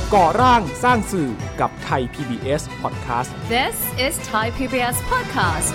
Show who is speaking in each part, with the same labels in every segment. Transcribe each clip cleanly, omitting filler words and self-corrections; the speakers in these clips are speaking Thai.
Speaker 1: ก่อร่างสร้างสื่อกับไทย PBS Podcast
Speaker 2: This is Thai PBS Podcast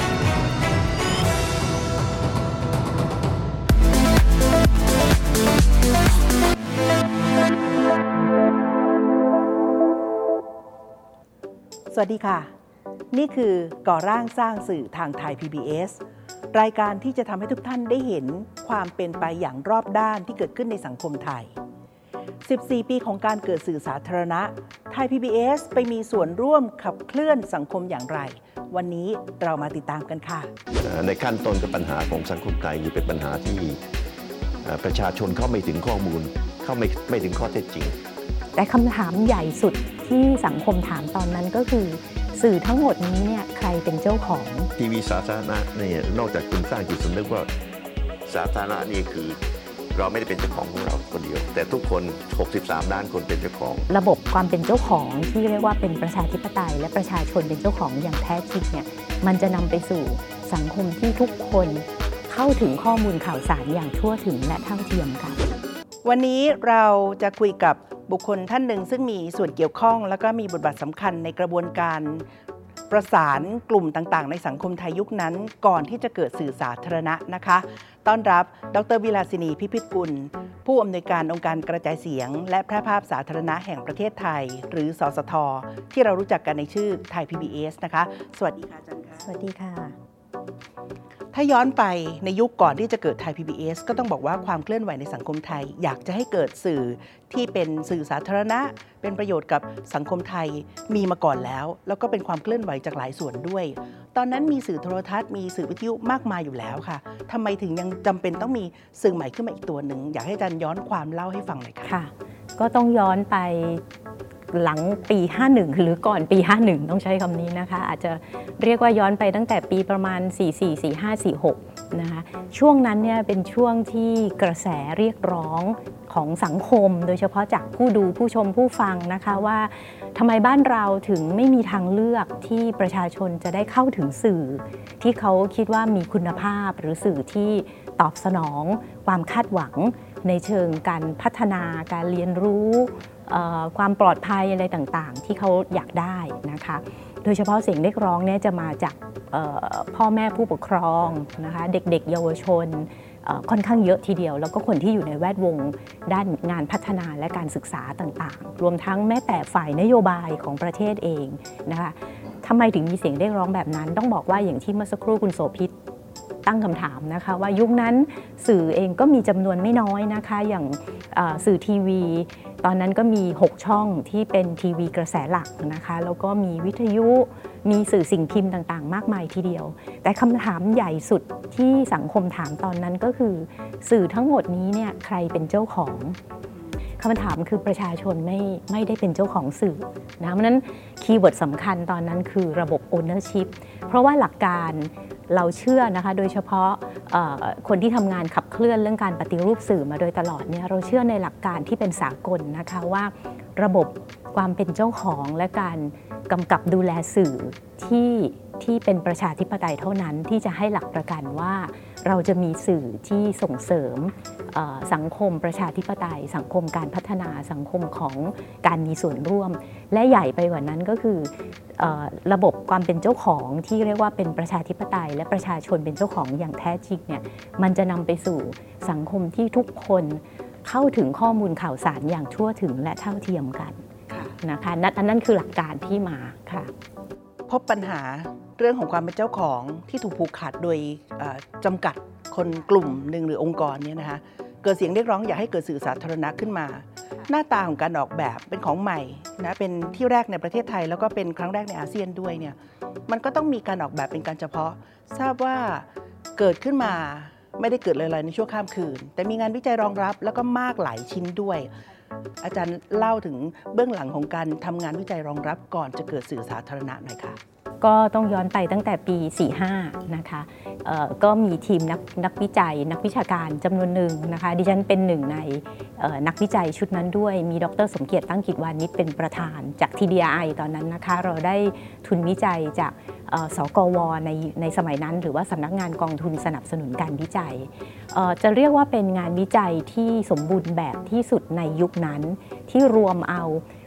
Speaker 3: สวัสดีค่ะนี่คือก่อร่างสร้างสื่อทางไทย PBS รายการที่จะทำให้ทุกท่านได้เห็นความเป็นไปอย่างรอบด้านที่เกิดขึ้นในสังคมไทย14 ปีของการเกิดสื่อสาธารณะไทย PBS ไปมีส่วนร่วมขับเคลื่อนสังคมอย่างไรวันนี้เรามาติดตามกันค่ะ
Speaker 4: ในขั้นต้นกับปัญหาของสังคมไทยอยู่เป็นปัญหาที่ประชาชนเข้าไม่ถึงข้อมูลเข้าไม่ถึงข้อเท็จจริง
Speaker 5: แต่คำถามใหญ่สุดที่สังคมถามตอนนั้นก็คือสื่อทั้งหมดนี้เนี่ยใครเป็นเจ้าของ
Speaker 4: ทีวีสาธารณะเนี่ยนอกจากคุณสร้างจิตสำนึกว่าสาธารณะนี่คือเราไม่ได้เป็นเจ้าของเราคนเดียวแต่ทุกคน63ล้านคนเป็นเจ้าของ
Speaker 5: ระบบความเป็นเจ้าของที่เรียกว่าเป็นประชาธิปไตยและประชาชนเป็นเจ้าของอย่างแท้จริงเนี่ยมันจะนำไปสู่สังคมที่ทุกคนเข้าถึงข้อมูลข่าวสารอย่างทั่วถึงและเท่าเทียมกัน
Speaker 3: วันนี้เราจะคุยกับบุคคลท่านหนึ่งซึ่งมีส่วนเกี่ยวข้องและก็มีบทบาทสำคัญในกระบวนการประสานกลุ่มต่างๆในสังคมไทยยุคนั้นก่อนที่จะเกิดสื่อสาธารณะนะคะต้อนรับดร.วิลาสินีพิพิธกุลผู้อำนวยการองค์การกระจายเสียงและแพร่ภาพสาธารณะแห่งประเทศไทยหรือสสท.ที่เรารู้จักกันในชื่อไทย PBS นะคะสวัสดีค่ะอาจารย์ค่ะ
Speaker 5: สวัสดีค่ะ
Speaker 3: ถ้าย้อนไปในยุคก่อนที่จะเกิดไทย PBS ก็ต้องบอกว่าความเคลื่อนไหวในสังคมไทยอยากจะให้เกิดสื่อที่เป็นสื่อสาธารณะเป็นประโยชน์กับสังคมไทยมีมาก่อนแล้วก็เป็นความเคลื่อนไหวจากหลายส่วนด้วยตอนนั้นมีสื่อโทรทัศน์มีสื่อวิทยุมากมายอยู่แล้วค่ะทำไมถึงยังจำเป็นต้องมีสื่อใหม่ขึ้นมาอีกตัวหนึ่งอยากให้อาจารย์ย้อนความเล่าให้ฟังหน่อย
Speaker 5: ค่ะก็ต้องย้อนไปหลังปี51หรือก่อนปี51ต้องใช้คำนี้นะคะอาจจะเรียกว่าย้อนไปตั้งแต่ปีประมาณ44 45 46นะคะช่วงนั้นเนี่ยเป็นช่วงที่กระแสเรียกร้องของสังคมโดยเฉพาะจากผู้ดูผู้ชมผู้ฟังนะคะว่าทำไมบ้านเราถึงไม่มีทางเลือกที่ประชาชนจะได้เข้าถึงสื่อที่เขาคิดว่ามีคุณภาพหรือสื่อที่ตอบสนองความคาดหวังในเชิงการพัฒนาการเรียนรู้ความปลอดภัยอะไรต่างๆที่เขาอยากได้นะคะโดยเฉพาะเสียงเรียกร้องเนี่ยจะมาจากพ่อแม่ผู้ปกครองนะคะเด็กๆเยาวชนค่อนข้างเยอะทีเดียวแล้วก็คนที่อยู่ในแวดวงด้านงานพัฒนาและการศึกษาต่างๆรวมทั้งแม้แต่ฝ่ายนโยบายของประเทศเองนะคะทำไมถึงมีเสียงเรียกร้องแบบนั้นต้องบอกว่าอย่างที่เมื่อสักครู่คุณโสภิตตั้งคำถามนะคะว่ายุคนั้นสื่อเองก็มีจำนวนไม่น้อยนะคะอย่างสื่อทีวีตอนนั้นก็มี6ช่องที่เป็นทีวีกระแสหลักนะคะแล้วก็มีวิทยุมีสื่อสิ่งพิมพ์ต่างๆมากมายทีเดียวแต่คำถามใหญ่สุดที่สังคมถามตอนนั้นก็คือสื่อทั้งหมดนี้เนี่ยใครเป็นเจ้าของคำถามคือประชาชนไม่ได้เป็นเจ้าของสื่อนะเพราะนั้นคีย์เวิร์ดสำคัญตอนนั้นคือระบบ ownership เพราะว่าหลักการเราเชื่อนะคะโดยเฉพาะคนที่ทำงานขับเคลื่อนเรื่องการปฏิรูปสื่อมาโดยตลอดเนี่ยเราเชื่อในหลักการที่เป็นสากลนะคะว่าระบบความเป็นเจ้าของและการกำกับดูแลสื่อที่เป็นประชาธิปไตยเท่านั้นที่จะให้หลักประกันว่าเราจะมีสื่อที่ส่งเสริมสังคมประชาธิปไตยสังคมการพัฒนาสังคมของการมีส่วนร่วมและใหญ่ไปกว่านั้นก็คือระบบความเป็นเจ้าของที่เรียกว่าเป็นประชาธิปไตยและประชาชนเป็นเจ้าของอย่างแท้จริงเนี่ยมันจะนำไปสู่สังคมที่ทุกคนเข้าถึงข้อมูลข่าวสารอย่างทั่วถึงและเท่าเทียมกันนะคะนั่นคือหลักการที่มาค่ะ
Speaker 3: พบปัญหาเรื่องของความเป็นเจ้าของที่ถูกผูกขาดโดยจำกัดคนกลุ่มหนึ่งหรือองค์กรเนี่ยนะคะเกิดเสียงเรียกร้องอยากให้เกิดสื่อสาธารณะขึ้นมาหน้าตาของการออกแบบเป็นของใหม่นะเป็นที่แรกในประเทศไทยแล้วก็เป็นครั้งแรกในอาเซียนด้วยเนี่ยมันก็ต้องมีการออกแบบเป็นการเฉพาะทราบว่าเกิดขึ้นมาไม่ได้เกิดลอยๆในชั่วข้ามคืนแต่มีงานวิจัยรองรับแล้วก็มากหลายชิ้นด้วยอาจารย์เล่าถึงเบื้องหลังของการทำงานวิจัยรองรับก่อนจะเกิดสื่อสาธารณะหน่อยค่ะ
Speaker 5: ก็ต้องย้อนไปตั้งแต่ปี 45 นะคะก็มีทีมนักวิจัยนักวิชาการจำนวนหนึ่งนะคะดิฉันเป็นหนึ่งในนักวิจัยชุดนั้นด้วยมีดร.สมเกียรติตั้งกิจวานิชเป็นประธานจาก TDI ตอนนั้นนะคะเราได้ทุนวิจัยจากสกว.ในสมัยนั้นหรือว่าสำนักงานกองทุนสนับสนุนการวิจัยจะเรียกว่าเป็นงานวิจัยที่สมบูรณ์แบบที่สุดในยุคนั้นที่รวมเอา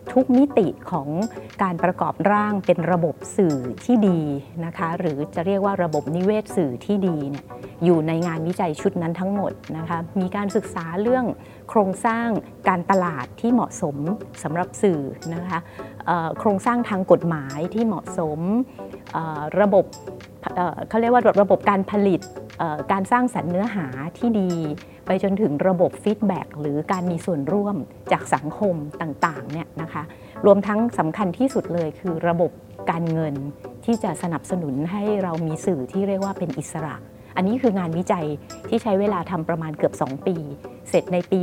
Speaker 5: ทุกมิติของการประกอบร่างเป็นระบบสื่อที่ดีนะคะหรือจะเรียกว่าระบบนิเวศสื่อที่ดีเนี่ยอยู่ในงานวิจัยชุดนั้นทั้งหมดนะคะมีการศึกษาเรื่องโครงสร้างการตลาดที่เหมาะสมสำหรับสื่อนะคะโครงสร้างทางกฎหมายที่เหมาะสมระบบเขาเรียกว่าระบบการผลิตการสร้างสรรค์เนื้อหาที่ดีไปจนถึงระบบฟีดแบ็กหรือการมีส่วนร่วมจากสังคมต่างๆเนี่ยนะคะรวมทั้งสำคัญที่สุดเลยคือระบบการเงินที่จะสนับสนุนให้เรามีสื่อที่เรียกว่าเป็นอิสระอันนี้คืองานวิจัยที่ใช้เวลาทำประมาณเกือบ2 ปีเสร็จในปี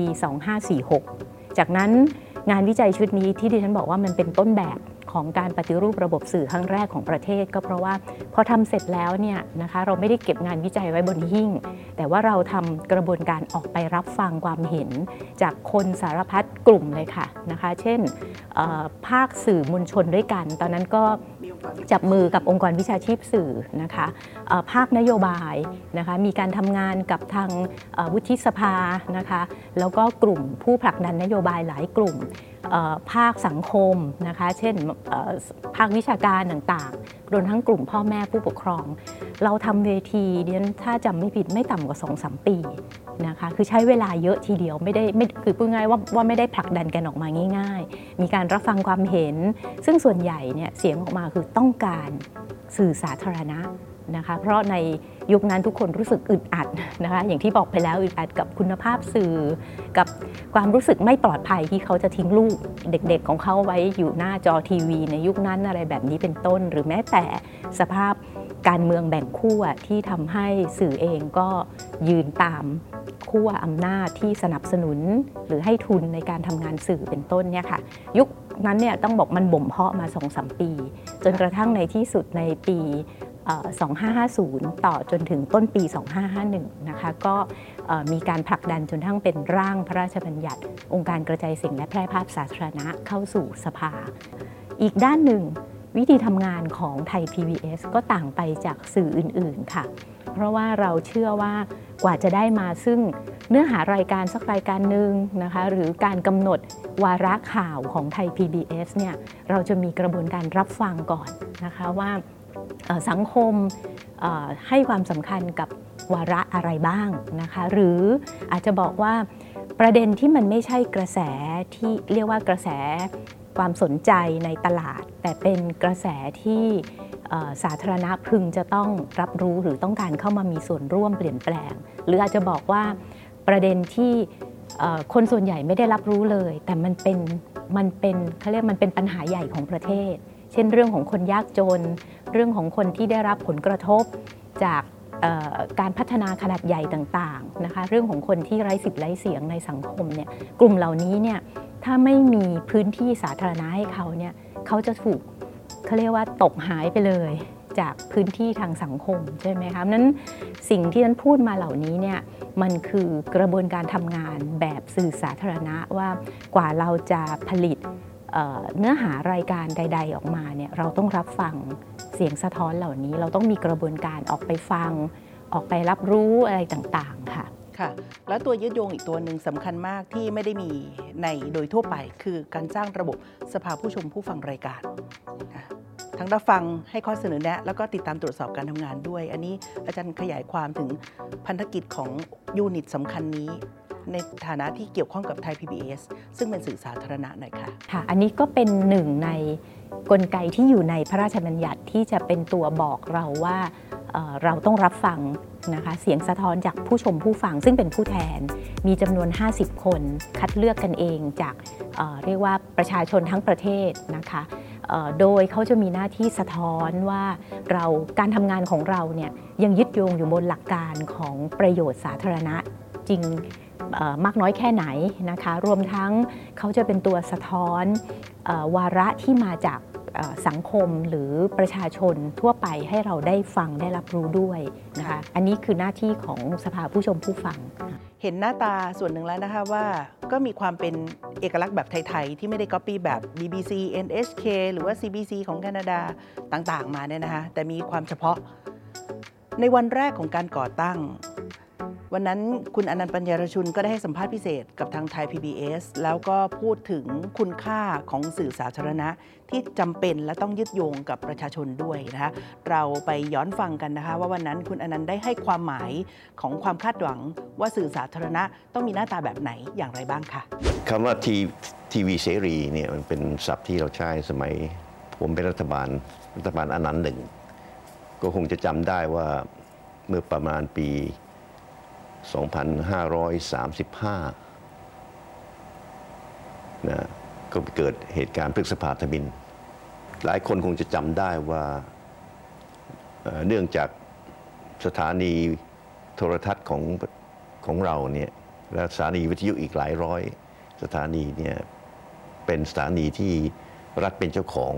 Speaker 5: 2546จากนั้นงานวิจัยชุดนี้ที่ดิฉันบอกว่ามันเป็นต้นแบบของการปฏิรูประบบสื่อครั้งแรกของประเทศก็เพราะว่าพอทำเสร็จแล้วเนี่ยนะคะเราไม่ได้เก็บงานวิจัยไว้บนหิ้งแต่ว่าเราทำกระบวนการออกไปรับฟังความเห็นจากคนสารพัดกลุ่มเลยค่ะนะคะเช่นภาคสื่อมวลชนด้วยกันตอนนั้นก็จับมือกับองค์กรวิชาชีพสื่อนะคะภาคนโยบายนะคะมีการทำงานกับทางวุฒิสภานะคะแล้วก็กลุ่มผู้ผลักดันนโยบายหลายกลุ่มภาคสังคมนะคะเช่นภาควิชาการต่างๆรวมทั้งกลุ่มพ่อแม่ผู้ปกครองเราทำเวทีเดี๋ยวถ้าจำไม่ผิดไม่ต่ำกว่า 2-3 ปีนะคะคือใช้เวลาเยอะทีเดียวไม่คือพูดง่ายว่าไม่ได้ผลักดันกันออกมาง่ายๆมีการรับฟังความเห็นซึ่งส่วนใหญ่เนี่ยเสียงออกมาคือต้องการสื่อสาธารณะนะคะเพราะในยุคนั้นทุกคนรู้สึกอึดอัดนะคะอย่างที่บอกไปแล้วอึดอัดกับคุณภาพสื่อกับความรู้สึกไม่ปลอดภัยที่เขาจะทิ้งลูกเด็กๆของเขาไว้อยู่หน้าจอทีวีในยุคนั้นอะไรแบบนี้เป็นต้นหรือแม้แต่สภาพการเมืองแบ่งขั้วที่ทำให้สื่อเองก็ยืนตามขั้วอำนาจที่สนับสนุนหรือให้ทุนในการทำงานสื่อเป็นต้นเนี่ยค่ะยุคนั้นเนี่ยต้องบอกมันบ่มเพาะมา 2-3 ปีจนกระทั่งในที่สุดในปี2550ต่อจนถึงต้นปี 2551นะคะก็มีการผลักดันจนทั้งเป็นร่างพระราชบัญญัติองค์การกระจายเสียงและแพร่ภาพสาธารณะเข้าสู่สภาอีกด้านหนึ่งวิธีทำงานของไทย PBS ก็ต่างไปจากสื่ออื่นๆค่ะเพราะว่าเราเชื่อว่ากว่าจะได้มาซึ่งเนื้อหารายการสักรายการหนึ่งนะคะหรือการกำหนดวาระข่าวของไทย PBS เนี่ยเราจะมีกระบวนการรับฟังก่อนนะคะว่าสังคมให้ความสำคัญกับวาระอะไรบ้างนะคะหรืออาจจะบอกว่าประเด็นที่มันไม่ใช่กระแสที่เรียกว่ากระแสความสนใจในตลาดแต่เป็นกระแสที่สาธารณะพึงจะต้องรับรู้หรือต้องการเข้ามามีส่วนร่วมเปลี่ยนแปลงหรืออาจจะบอกว่าประเด็นที่คนส่วนใหญ่ไม่ได้รับรู้เลยแต่มันเป็นเขาเรียกมันเป็นปัญหาใหญ่ของประเทศเช่นเรื่องของคนยากจนเรื่องของคนที่ได้รับผลกระทบจากการพัฒนาขนาดใหญ่ต่างๆนะคะเรื่องของคนที่ไร้สิทธิ์ไร้เสียงในสังคมเนี่ยกลุ่มเหล่านี้เนี่ยถ้าไม่มีพื้นที่สาธารณะให้เขาเนี่ยเขาจะถูกเขาเรียกว่าตกหายไปเลยจากพื้นที่ทางสังคมใช่ไหมคะนั้นสิ่งที่ฉันพูดมาเหล่านี้เนี่ยมันคือกระบวนการทำงานแบบสื่อสาธารณะว่ากว่าเราจะผลิตเนื้อหารายการใดๆออกมาเนี่ยเราต้องรับฟังเสียงสะท้อนเหล่านี้เราต้องมีกระบวนการออกไปฟังออกไปรับรู้อะไรต่างๆค่ะ
Speaker 3: ค่ะแล้วตัวยึดโยงอีกตัวหนึ่งสำคัญมากที่ไม่ได้มีในโดยทั่วไปคือการสร้างระบบสภาผู้ชมผู้ฟังรายการทั้งรับฟังให้ข้อเสนอแนะแล้วก็ติดตามตรวจสอบการทำงานด้วยอันนี้อาจารย์ขยายความถึงพันธกิจของยูนิตสำคัญนี้ในฐานะที่เกี่ยวข้องกับไทย PBS ซึ่งเป็นสื่อสาธารณะหน่อยค่ะ
Speaker 5: ค่ะอันนี้ก็เป็นหนึ่งในกลไกที่อยู่ในพระราชบัญญัติที่จะเป็นตัวบอกเราว่าเราต้องรับฟังนะคะเสียงสะท้อนจากผู้ชมผู้ฟังซึ่งเป็นผู้แทนมีจำนวน50คนคัดเลือกกันเองจากเรียกว่าประชาชนทั้งประเทศนะคะโดยเขาจะมีหน้าที่สะท้อนว่าการทำงานของเราเนี่ยยังยึดโยงอยู่บนหลักการของประโยชน์สาธารณะจริงมากน้อยแค่ไหนนะคะรวมทั้งเขาจะเป็นตัวสะท้อนวาระที่มาจากสังคมหรือประชาชนทั่วไปให้เราได้ฟังได้รับรู้ด้วยนะคะอันนี้คือหน้าที่ของสภาผู้ชมผู้ฟัง
Speaker 3: เห็นหน้าตาส่วนหนึ่งแล้วนะคะว่าก็มีความเป็นเอกลักษณ์แบบไทยๆที่ไม่ได้ก๊อปปี้แบบ BBC NHK หรือว่า CBC ของแคนาดาต่างๆมาเนี่ยนะคะแต่มีความเฉพาะในวันแรกของการก่อตั้งวันนั้นคุณอนันต์ปัญญารชุนก็ได้ให้สัมภาษณ์พิเศษกับทางไทย PBS แล้วก็พูดถึงคุณค่าของสื่อสาธารณะที่จำเป็นและต้องยึดโยงกับประชาชนด้วยนะคะเราไปย้อนฟังกันนะคะว่าวันนั้นคุณอนันต์ได้ให้ความหมายของความคาดหวังว่าสื่อสาธารณะต้องมีหน้าตาแบบไหนอย่างไรบ้างค่ะ
Speaker 4: คำว่าทีวีเสรีเนี่ยมันเป็นศัพท์ที่เราใช้สมัยผมเป็นรัฐบาลอนันต์หนึ่งก็คงจะจำได้ว่าเมื่อประมาณปี 2535 นะก็เกิดเหตุการณ์พฤษภาธมิฬหลายคนคงจะจำได้ว่าเนื่องจากสถานีโทรทัศน์ของเราเนี่ยและสถานีวิทยุอีกหลายร้อยสถานีเนี่ยเป็นสถานีที่รัฐเป็นเจ้าของ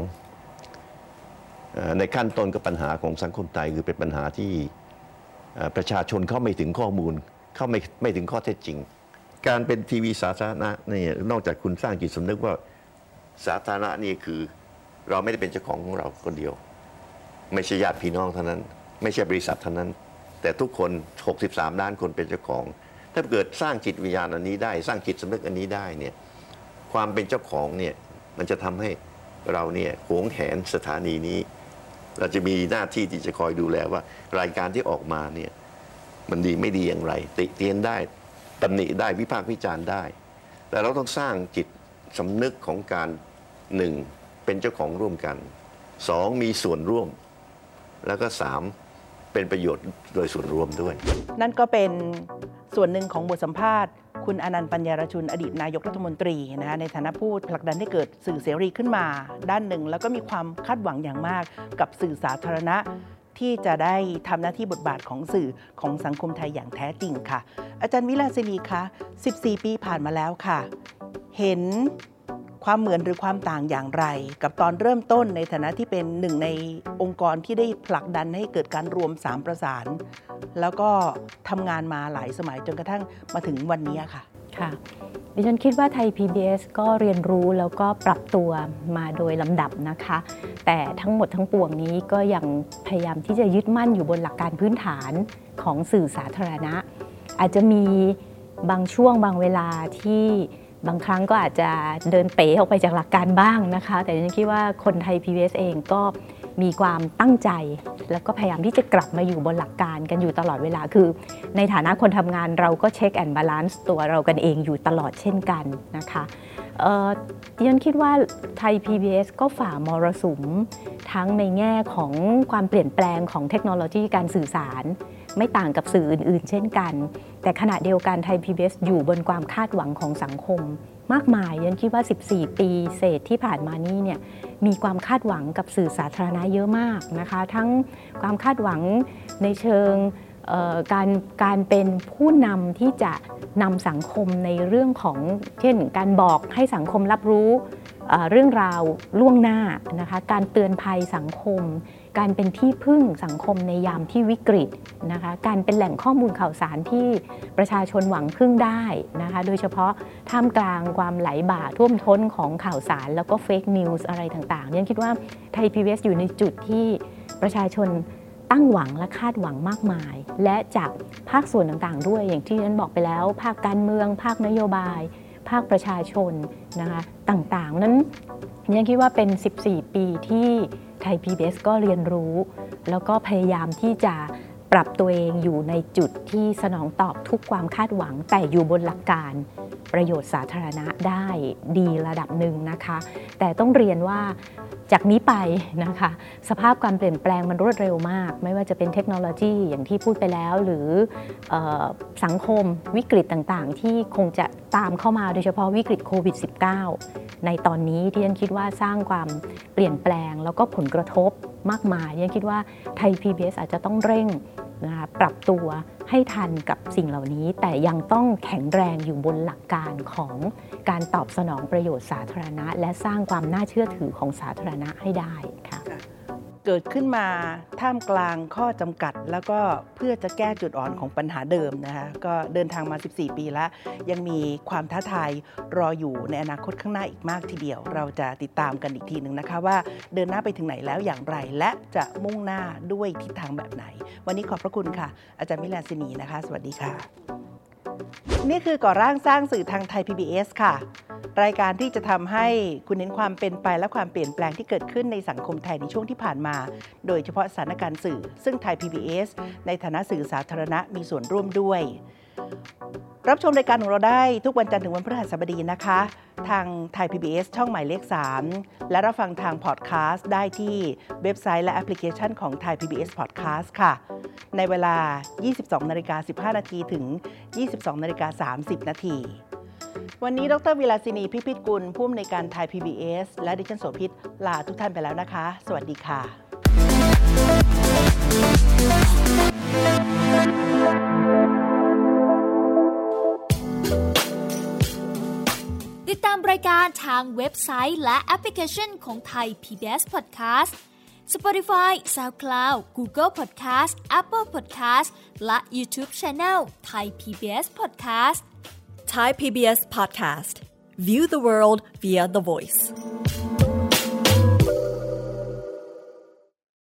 Speaker 4: ในขั้นต้นก็ปัญหาของสังคมไทยคือเป็นปัญหาที่ประชาชนเข้าไม่ถึงข้อมูลเข้าไม่ถึงข้อเท็จจริงการเป็นทีวีสาธารณะนี่นอกจากคุณสร้างจิตสำนึกว่าสาธารณะนี่คือเราไม่ได้เป็นเจ้าของเราคนเดียวไม่ใช่ญาติพี่น้องเท่านั้นไม่ใช่บริษัทเท่านั้นแต่ทุกคน63ล้านคนเป็นเจ้าของถ้าเกิดสร้างจิตวิญญาณอันนี้ได้สร้างจิตสำนึกอันนี้ได้เนี่ยความเป็นเจ้าของเนี่ยมันจะทำให้เราเนี่ยหวงแหนสถานีนี้เราจะมีหน้าที่ที่จะคอยดูแลว่ารายการที่ออกมาเนี่ยมันดีไม่ดีอย่างไรติเตียนได้ตำหนิได้วิพากษ์วิจารณ์ได้แต่เราต้องสร้างจิตสำนึกของการ1เป็นเจ้าของร่วมกัน2มีส่วนร่วมแล้วก็3เป็นประโยชน์โดยส่วนรวมด้วย
Speaker 3: นั่นก็เป็นส่วนหนึ่งของบทสัมภาษณ์คุณอนันต์ปัญญารชุนอดีตนายกรัฐมนตรีนะคะในฐานะผู้ผลักดันให้เกิดสื่อเสรีขึ้นมาด้านหนึ่งแล้วก็มีความคาดหวังอย่างมากกับสื่อสาธารณะที่จะได้ทำหน้าที่บทบาทของสื่อของสังคมไทยอย่างแท้จริงค่ะอาจารย์วิลาสินีคะ14 ปีผ่านมาแล้วค่ะเห็นความเหมือนหรือความต่างอย่างไรกับตอนเริ่มต้นในฐานะที่เป็นหนึ่งในองค์กรที่ได้ผลักดันให้เกิดการรวม3ประสานแล้วก็ทำงานมาหลายสมัยจนกระทั่งมาถึงวันนี้ค่ะ
Speaker 5: ค่ะดิฉันคิดว่าไทย PBS ก็เรียนรู้แล้วก็ปรับตัวมาโดยลำดับนะคะแต่ทั้งหมดทั้งปวงนี้ก็ยังพยายามที่จะยึดมั่นอยู่บนหลักการพื้นฐานของสื่อสาธารณะอาจจะมีบางช่วงบางเวลาที่บางครั้งก็อาจจะเดินเป๋ออกไปจากหลักการบ้างนะคะแต่ดิฉันคิดว่าคนไทย PBS เองก็มีความตั้งใจแล้วก็พยายามที่จะกลับมาอยู่บนหลักการกันอยู่ตลอดเวลาคือในฐานะคนทำงานเราก็เช็คแอนด์บาลานซ์ตัวเรากันเองอยู่ตลอดเช่นกันนะคะดิฉันคิดว่าไทย PBS ก็ฝ่ามรสุมทั้งในแง่ของความเปลี่ยนแปลงของเทคโนโลยีการสื่อสารไม่ต่างกับสื่ออื่นๆเช่นกันแต่ขณะเดียวกันไทย PBS อยู่บนความคาดหวังของสังคมมากมายดิฉันคิดว่า14 ปีเศษที่ผ่านมานี้เนี่ยมีความคาดหวังกับสื่อสาธารณะเยอะมากนะคะทั้งความคาดหวังในเชิงการเป็นผู้นำที่จะนำสังคมในเรื่องของเช่นการบอกให้สังคมรับรู้เรื่องราวล่วงหน้านะคะการเตือนภัยสังคมการเป็นที่พึ่งสังคมในยามที่วิกฤตนะคะการเป็นแหล่งข้อมูลข่าวสารที่ประชาชนหวังพึ่งได้นะคะโดยเฉพาะท่ามกลางความไหลบ่าท่วมท้นของข่าวสารแล้วก็เฟกนิวส์อะไรต่างๆเนี่ยคิดว่าไทย PBS อยู่ในจุดที่ประชาชนตั้งหวังและคาดหวังมากมายและจากภาคส่วนต่างๆด้วยอย่างที่ฉันบอกไปแล้วภาคการเมืองภาคนโยบายภาคประชาชนนะคะต่างๆนั้นยังคิดว่าเป็น14 ปีที่ไทย PBS ก็เรียนรู้แล้วก็พยายามที่จะปรับตัวเองอยู่ในจุดที่สนองตอบทุกความคาดหวังแต่อยู่บนหลักการประโยชน์สาธารณะได้ดีระดับหนึ่งนะคะแต่ต้องเรียนว่าจากนี้ไปนะคะสภาพการเปลี่ยนแปลงมันรวดเร็วมากไม่ว่าจะเป็นเทคโนโลยีอย่างที่พูดไปแล้วหรือสังคมวิกฤตต่างๆที่คงจะตามเข้ามาโดยเฉพาะวิกฤตโควิด -19 ในตอนนี้ที่ฉันคิดว่าสร้างความเปลี่ยนแปลงแล้วก็ผลกระทบมากมายฉันคิดว่าไทย PBS อาจจะต้องเร่งนะคะปรับตัวให้ทันกับสิ่งเหล่านี้แต่ยังต้องแข็งแรงอยู่บนหลักการของการตอบสนองประโยชน์สาธารณะและสร้างความน่าเชื่อถือของสาธารณะให้ได้ค่ะ
Speaker 3: เกิดขึ้นมาท่ามกลางข้อจำกัดแล้วก็เพื่อจะแก้จุดอ่อนของปัญหาเดิมนะคะก็เดินทางมา14ปีแล้วยังมีความท้าทายรออยู่ในอนาคตข้างหน้าอีกมากทีเดียวเราจะติดตามกันอีกทีหนึ่งนะคะว่าเดินหน้าไปถึงไหนแล้วอย่างไรและจะมุ่งหน้าด้วยทิศทางแบบไหนวันนี้ขอบพระคุณค่ะอาจารย์มิลาศินีนะคะสวัสดีค่ะนี่คือก่อร่างสร้างสื่อทางไทย PBS ค่ะรายการที่จะทำให้คุณเห็นความเป็นไปและความเปลี่ยนแปลงที่เกิดขึ้นในสังคมไทยในช่วงที่ผ่านมาโดยเฉพาะสถานการณ์สื่อซึ่งไทย PBS ในฐานะสื่อสาธารณะมีส่วนร่วมด้วยรับชมรายการของเราได้ทุกวันจันทร์ถึงวันพฤหัสบดีนะคะทางไทย PBS ช่องหมายเลข 3และรับฟังทางพอดแคสต์ได้ที่เว็บไซต์และแอปพลิเคชันของไทย PBS Podcast ค่ะในเวลา 22:15 น.ถึง 22:30 น.วันนี้ดร.วิลาศินีพิพิธกุลผู้อำนวยการไทย PBS และดิฉันโสภิตลาทุกท่านไปแล้วนะคะสวัสดีค่ะ
Speaker 6: ติดตามรายการทางเว็บไซต์และแอปพลิเคชันของไทย PBS Podcast Spotify, SoundCloud, Google Podcast, Apple Podcast และ YouTube Channel Thai PBS Podcast
Speaker 7: Thai PBS Podcast. View the world via the voice.